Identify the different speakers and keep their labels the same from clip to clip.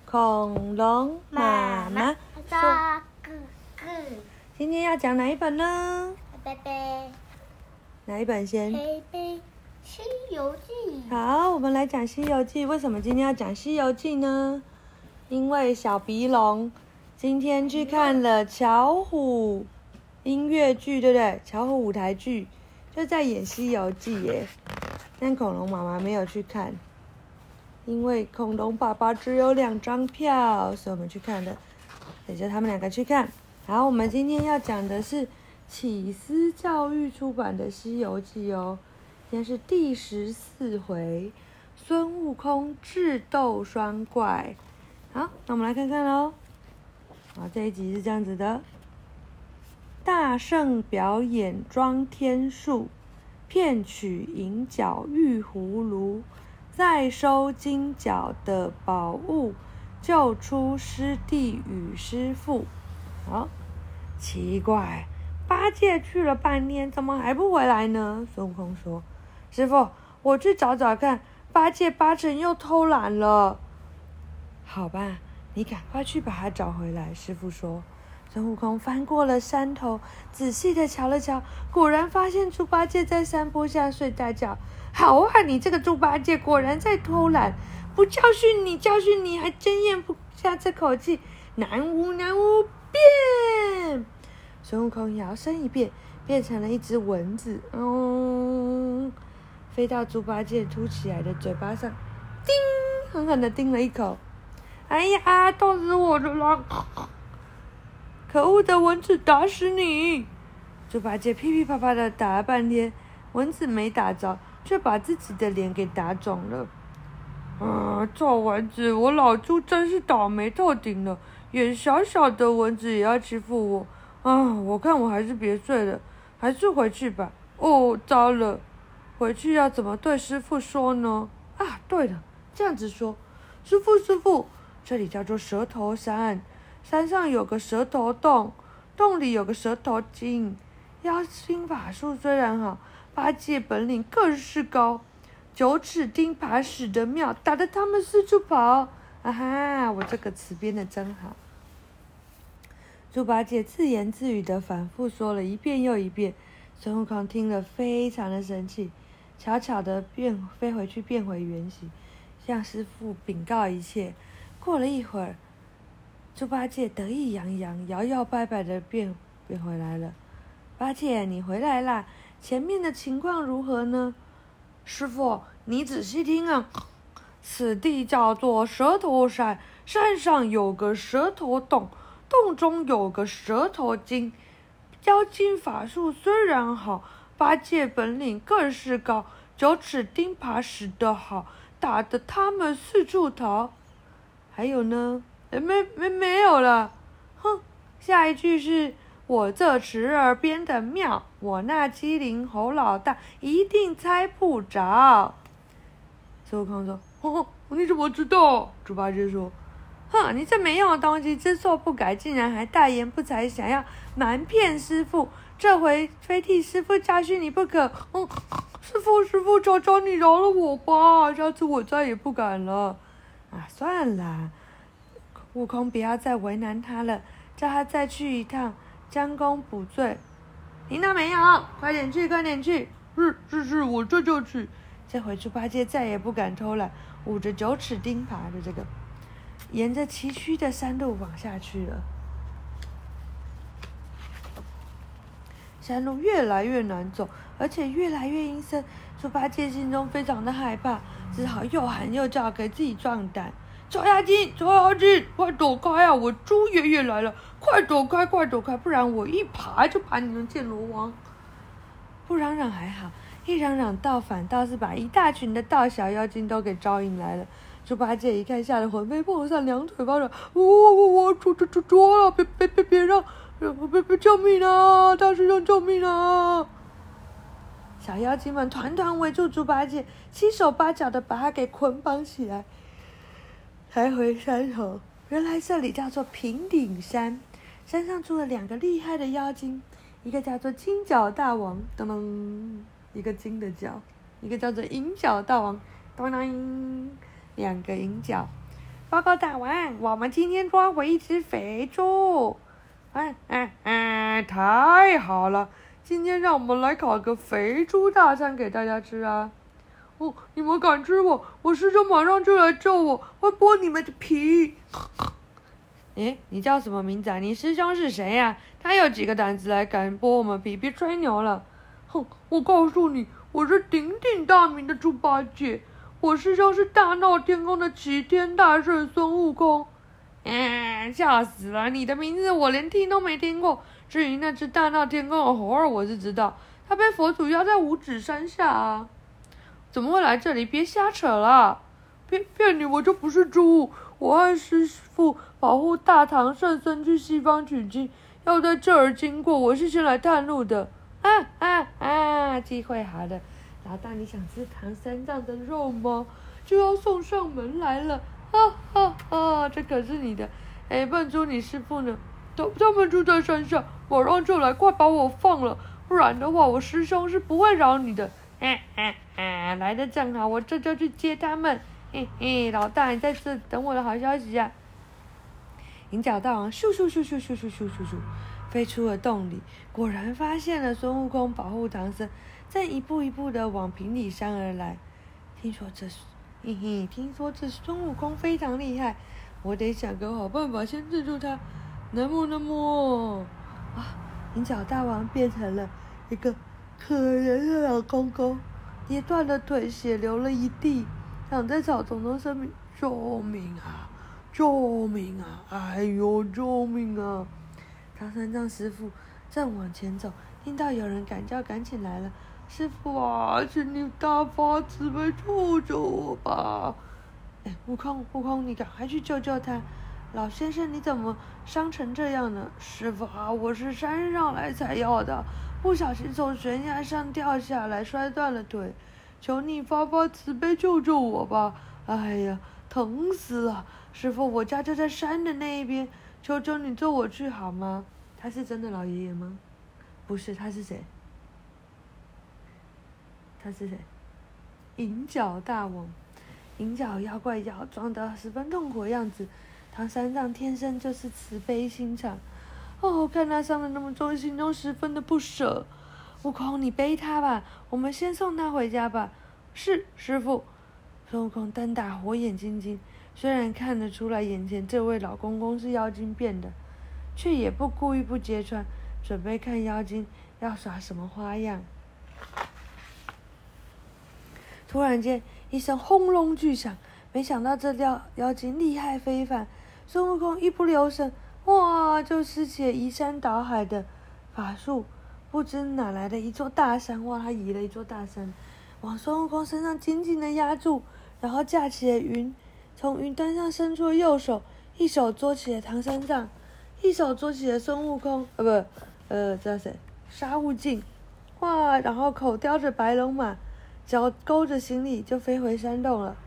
Speaker 1: 恐龙妈妈说，今天要讲哪一本呢？
Speaker 2: 贝贝，
Speaker 1: 哪一本先？
Speaker 2: 贝贝，《西游记》。
Speaker 1: 好，我们来讲《西游记》。为什么今天要讲《西游记》呢？因为小鼻龙今天去看了巧虎音乐剧，对不对？巧虎舞台剧就在演《西游记》耶，但恐龙妈妈没有去看，因为恐龙爸爸只有2张票，所以我们去看的，也就他们2个去看。好，我们今天要讲的是启思教育出版的《西游记》哦，今天是第14回，孙悟空智斗双怪。好，那我们来看看咯。好，这一集是这样子的：大圣表演装天树，骗取银角玉葫芦，再收金角的宝物，救出师弟与师父。好，奇怪，八戒去了半天，怎么还不回来呢？孙悟空说：“师父，我去找找看，八戒8成又偷懒了。”好吧，你赶快去把他找回来。师父说。孙悟空翻过了山头，仔细的瞧了瞧，果然发现猪八戒在山坡下睡大觉。好啊，你这个猪八戒果然在偷懒，不教训你，还真咽不下这口气。南无变！孙悟空摇身一变，变成了一只蚊子，飞到猪八戒凸起来的嘴巴上，叮，狠狠的叮了一口。哎呀，痛死我了啦！可恶的蚊子，打死你！猪八戒噼噼啪啪的打了半天，蚊子没打着，却把自己的脸给打肿了。臭蚊子，我老猪真是倒霉透顶了，眼小小的蚊子也要欺负我。我看我还是别睡了，还是回去吧。糟了，回去要怎么对师父说呢？对了，这样子说，师父，这里叫做蛇头山，山上有个蛇头洞，洞里有个蛇头精。妖精法术虽然好，八戒本领更是高，9齿钉耙使得妙，打得他们四处跑。我这个词编得真好。猪八戒自言自语的反复说了一遍又一遍，孙悟空听了非常的生气，悄悄的飞回去变回原形，向师父禀告一切。过了一会儿，猪八戒得意洋洋，摇摇摆摆的变回来了。八戒，你回来啦，前面的情况如何呢？师父，你仔细听啊，此地叫做蛇头山，山上有个蛇头洞，洞中有个蛇头精。妖精法术虽然好，八戒本领更是高，9齿钉耙使得好，打得他们四处逃。还有呢？没有了。下一句是我这词儿编的妙，我那机灵猴老大一定猜不着。孙悟空说：“你怎么知道？”猪八戒说：“你这没用的东西，知错不改，竟然还大言不惭，想要瞒骗师父，这回非替师父教训你不可。师父，求求你饶了我吧，下次我再也不敢了。”算了，悟空不要再为难他了，叫他再去一趟，将功补罪。听到没有？快点去！是，我这就去。这回猪八戒再也不敢偷懒，捂着9齿钉耙的沿着崎岖的山路往下去了。山路越来越难走，而且越来越阴森，猪八戒心中非常的害怕，只好又喊又叫，给自己壮胆。臭妖精，快躲开啊！我猪爷爷来了，快躲开，不然我一爬就把你们见罗王。不嚷嚷还好，一嚷嚷反倒是把一大群的大小妖精都给招引来了。猪八戒一看，吓得魂飞魄散，两腿发软，我抓啊！别让！别救命啊！大师兄救命啊！小妖精们团团围住猪八戒，七手八脚的把他给捆绑起来，抬回山头。原来这里叫做平顶山，山上住了2个厉害的妖精，一个叫做金角大王，噔噔，一个金的角；一个叫做银角大王，噔噔，2个银角。 报告大王，我们今天抓回一只肥猪。太好了！今天让我们来烤个肥猪大餐给大家吃啊！哦，你们敢吃我？我师兄马上就来救我，会剥你们的皮。你叫什么名字啊？你师兄是谁呀？他有几个胆子来敢剥我们皮？别吹牛了！哼，我告诉你，我是鼎鼎大名的猪八戒，我师兄是大闹天宫的齐天大圣孙悟空。笑死了！你的名字我连听都没听过。至于那只大闹天宫的猴儿，我是知道，他被佛祖压在五指山下啊。怎么会来这里？别瞎扯了！骗你，我就不是猪。我和师父保护大唐圣僧去西方取经，要在这儿经过，我是先来探路的。机会好了，老大，你想吃唐三藏的肉吗？就要送上门来了。这可是你的。笨猪，你师父呢？他们住在山下，马上就来，快把我放了，不然的话，我师兄是不会饶你的。来得正好，我这就去接他们。老大，你在这等我的好消息啊！银角大王咻咻咻咻咻咻咻咻咻，飞出了洞里，果然发现了孙悟空保护唐僧，正一步一步的往平底山而来。听说这孙悟空非常厉害，我得想个好办法先镇住他。那么银角大王变成了一个可怜的老公公，跌断了腿，血流了一地，躺在草丛中生命，救命啊！救命啊！哎呦，救命啊！唐三藏师傅正往前走，听到有人赶叫，赶紧来了。师傅啊，请你大发慈悲救救我吧！悟空，你赶快去救救他！老先生，你怎么伤成这样呢？师傅啊，我是山上来采药的，不小心从悬崖上掉下来，摔断了腿，求你发慈悲救救我吧！哎呀，疼死了！师傅，我家就在山的那一边，求求你坐我去好吗？他是真的老爷爷吗？不是，他是谁？银角大王。银角妖怪妖装得十分痛苦的样子。唐三藏天生就是慈悲心肠，看他伤了那么重，心中十分的不舍。悟空，你背他吧，我们先送他回家吧。是，师傅。孙悟空瞪大火眼金睛，虽然看得出来眼前这位老公公是妖精变的，却也不故意不揭穿，准备看妖精要耍什么花样。突然间，一声轰隆巨响，没想到这妖精厉害非凡。孙悟空一不留神，就施起了移山倒海的法术，不知哪来的一座大山，他移了一座大山，往孙悟空身上紧紧的压住，然后架起了云，从云端上伸出了右手，一手捉起了唐三藏，一手捉起了孙悟空，这叫谁？沙悟净，然后口叼着白龙马，脚勾着行李就飞回山洞了，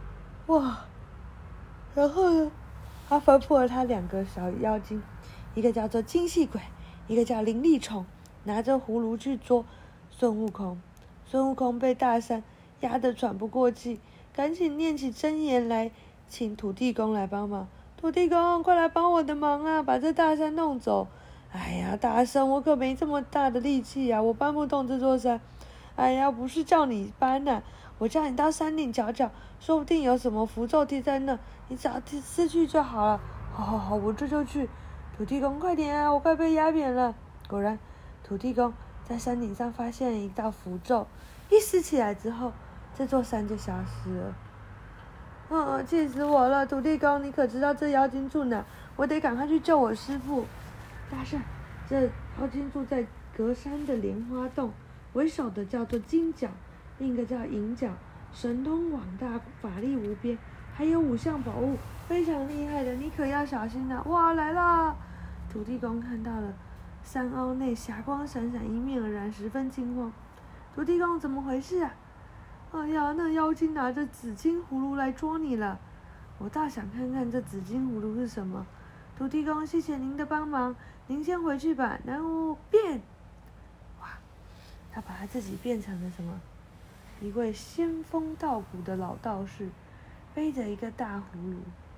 Speaker 1: 然后呢？他吩咐了他两个小妖精，一个叫做精细鬼，一个叫灵力虫，拿着葫芦去捉孙悟空。孙悟空被大山压得喘不过气，赶紧念起真言来，请土地公来帮忙。土地公，快来帮我的忙啊，把这大山弄走！哎呀，大圣，我可没这么大的力气呀，我搬不动这座山。哎呀，不是叫你搬啊，我叫你到山顶瞧瞧，说不定有什么符咒贴在那，你只要撕去就好了。好，我这就去。土地公，快点啊，我快被压扁了。果然，土地公在山顶上发现了一道符咒，一撕起来之后，这座山就消失了。气死我了！土地公，你可知道这妖精住哪？我得赶快去救我师父。大圣，这妖精住在隔山的莲花洞，为首的叫做金角，另一个叫银角，神通广大，法力无边，还有5项宝物，非常厉害的，你可要小心了。来啦！土地公看到了山凹内霞光闪闪，迎面而来，十分惊慌。土地公，怎么回事啊？哎呀，那妖精拿着紫金葫芦来捉你了。我倒想看看这紫金葫芦是什么。土地公，谢谢您的帮忙，您先回去吧。然后变，他把他自己变成了什么？一位仙风道骨的老道士，背着一个大葫芦。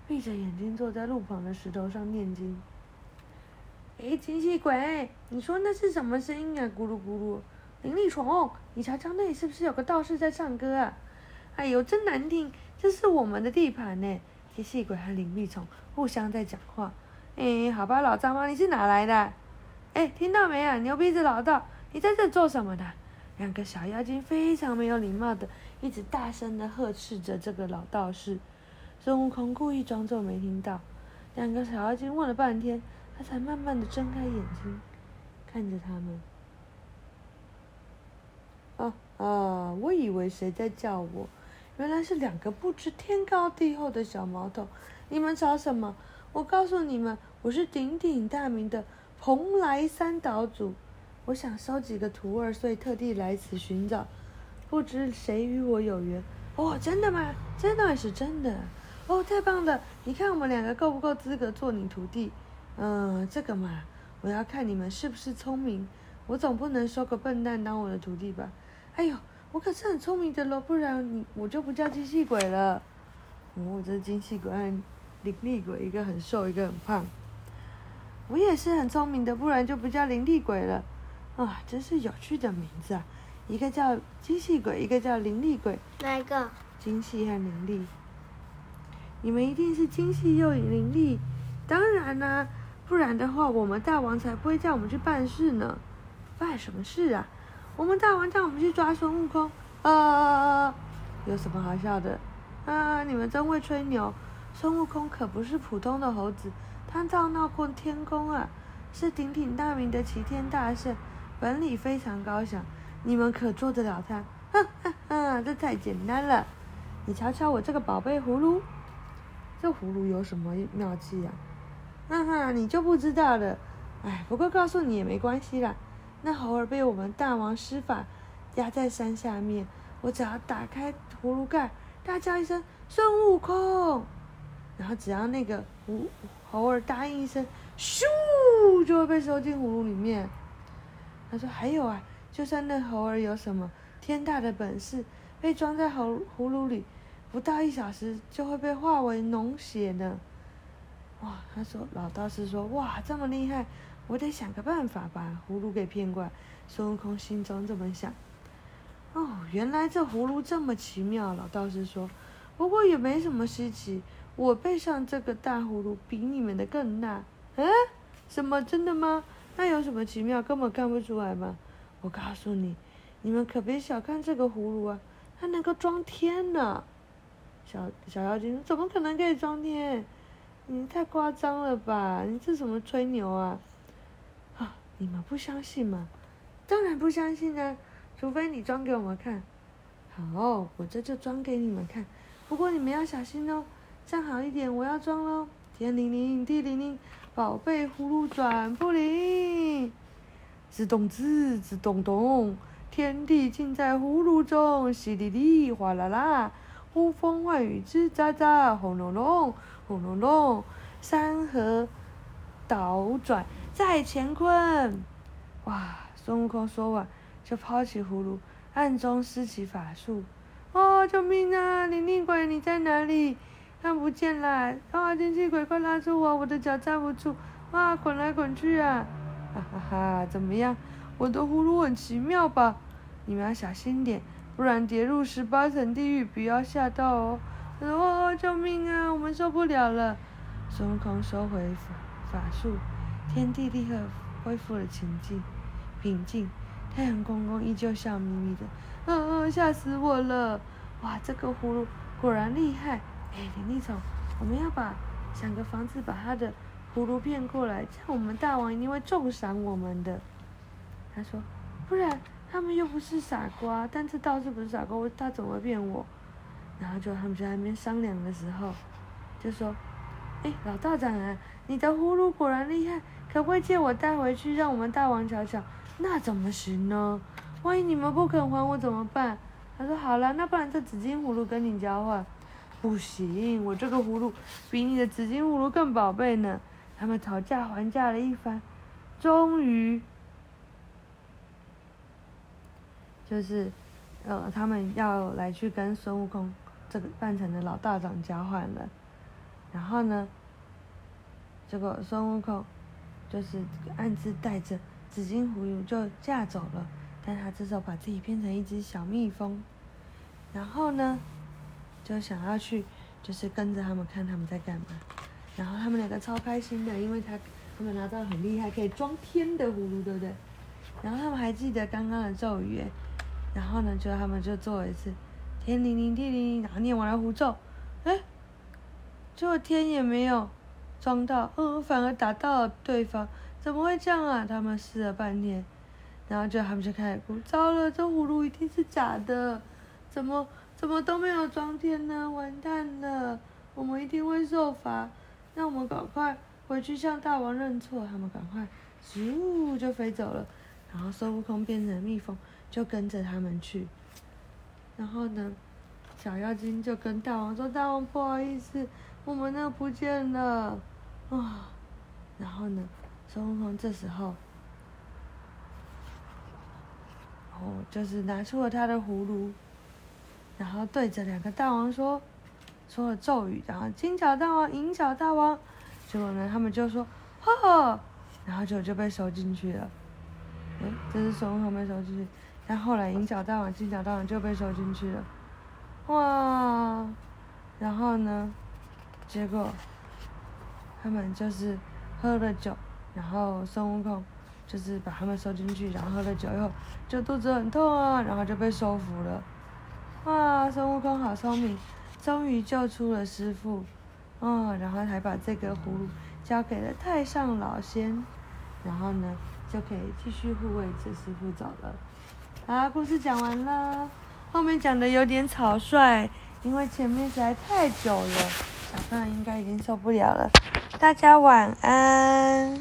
Speaker 1: 闭着眼睛坐在路旁的石头上念经。哎，惊喜鬼，你说那是什么声音啊？咕噜咕噜。灵力虫，你瞧瞧那里是不是有个道士在唱歌啊？哎呦，真难听！这是我们的地盘呢。惊喜鬼和灵力虫互相在讲话。哎，好吧，老张妈，你是哪来的？哎，听到没啊？牛鼻子老道，你在这做什么的？两个小妖精非常没有礼貌的，一直大声的呵斥着这个老道士。孙悟空故意装作没听到。两个小妖精问了半天，他才慢慢的睁开眼睛，看着他们。我以为谁在叫我，原来是两个不知天高地厚的小毛头。你们找什么？我告诉你们，我是鼎鼎大名的蓬莱山岛主。我想收几个徒儿，所以特地来此寻找。不知谁与我有缘？哦，真的吗？真的是真的。哦，太棒了！你看我们两个够不够资格做你徒弟？这个嘛，我要看你们是不是聪明。我总不能收个笨蛋当我的徒弟吧？哎呦，我可是很聪明的咯，不然我就不叫精细鬼了。这是精细鬼和灵力鬼，一个很瘦，一个很胖。我也是很聪明的，不然就不叫灵力鬼了。啊，真是有趣的名字啊！一个叫精细鬼，一个叫灵力鬼。
Speaker 2: 哪一个？
Speaker 1: 精细和灵力。你们一定是精细又灵力，当然啦，不然的话，我们大王才不会叫我们去办事呢。办什么事啊？我们大王叫我们去抓孙悟空。有什么好笑的？你们真会吹牛。孙悟空可不是普通的猴子，他造闹过天宫啊，是鼎鼎大名的齐天大圣，本领非常高强。你们可做得了他？这太简单了。你瞧瞧我这个宝贝葫芦，这葫芦有什么妙计啊？你就不知道了。不过告诉你也没关系啦。那猴儿被我们大王施法压在山下面，我只要打开葫芦盖，大叫一声孙悟空，然后只要那个猴儿答应一声，咻，就会被收进葫芦里面。他说还有啊，就算那猴儿有什么天大的本事，被装在葫芦里，不到1小时就会被化为脓血呢。哇，老道士说，哇，这么厉害，我得想个办法把葫芦给骗过来。孙悟空心中这么想。原来这葫芦这么奇妙，老道士说。不过也没什么稀奇，我背上这个大葫芦比你们的更大。什么？真的吗？那有什么奇妙？根本看不出来吗？我告诉你，你们可别小看这个葫芦啊，它能够装天呢。小妖精怎么可能可以装天？你太夸张了吧！你这什么吹牛啊？你们不相信吗？当然不相信啊，除非你装给我们看。好，我这就装给你们看。不过你们要小心哦，站好一点，我要装喽。天灵灵，地灵灵，宝贝葫芦转不灵。自动自动动，天地尽在葫芦中，淅沥沥，哗啦啦，呼风唤雨吱喳喳，轰隆隆，轰隆隆，山河倒转在乾坤。哇！孙悟空说完，就抛起葫芦，暗中施起法术。救命啊！灵力鬼，你在哪里？看不见啦！精气鬼，快拉住我！我的脚站不住！滚来滚去啊！怎么样？我的葫芦很奇妙吧？你们要小心点，不然跌入18层地狱，不要吓到哦！救命啊！我们受不了了！孙悟空收回法术，天地立刻恢复了平静。太阳公公依旧笑眯眯的，吓死我了！哇，这个葫芦果然厉害！灵力虫，我们要想个方式把他的葫芦骗过来，这样我们大王一定会重赏我们的。他说，不然他们又不是傻瓜，但这道士不是傻瓜，他怎么会骗我？然后他们就在那边商量的时候，就说，老道长啊，你的葫芦果然厉害，可不可以借我带回去，让我们大王瞧瞧？那怎么行呢？万一你们不肯还我怎么办？他说好了，那不然这紫金葫芦跟你交换。不行，我这个葫芦比你的紫金葫芦更宝贝呢。他们讨价还价了一番，终于就是他们要来去跟孙悟空这个扮成的老道长交换了。 然后呢，结果孙悟空就是暗自带着紫金葫芦就驾走了，但他这时候把自己变成一只小蜜蜂，然后呢，就想要去，就是跟着他们看他们在干嘛。然后他们两个超开心的，因为他们拿到很厉害可以装天的葫芦，对不对？然后他们还记得刚刚的咒语，然后呢，他们就做了一次天灵灵地灵灵，然后念完了符咒，结果天也没有装到，反而打到了对方，怎么会这样啊？他们试了半天，然后他们就开始哭，糟了，这葫芦一定是假的，怎么都没有装天呢？完蛋了，我们一定会受罚，那我们赶快回去向大王认错。他们赶快咻就飞走了，然后孙悟空变成蜜蜂就跟着他们去，然后呢，小妖精就跟大王说：“大王不好意思，我们那不见了啊。”然后呢，孙悟空这时候，就是拿出了他的葫芦，然后对着两个大王说了咒语，然后金角大王、银角大王，结果呢，他们就说呵，然后就被收进去了。这是孙悟空被收进去，但后来银角大王、金角大王就被收进去了。哇！然后呢，结果他们就是喝了酒，然后孙悟空就是把他们收进去，然后喝了酒以后就肚子很痛啊，然后就被收服了。哇！孙悟空好聪明，终于救出了师父，然后还把这个葫芦交给了太上老仙，然后呢就可以继续护卫着师父走了。好，故事讲完了，后面讲的有点草率，因为前面实在太久了，小朋友应该已经受不了了。大家晚安。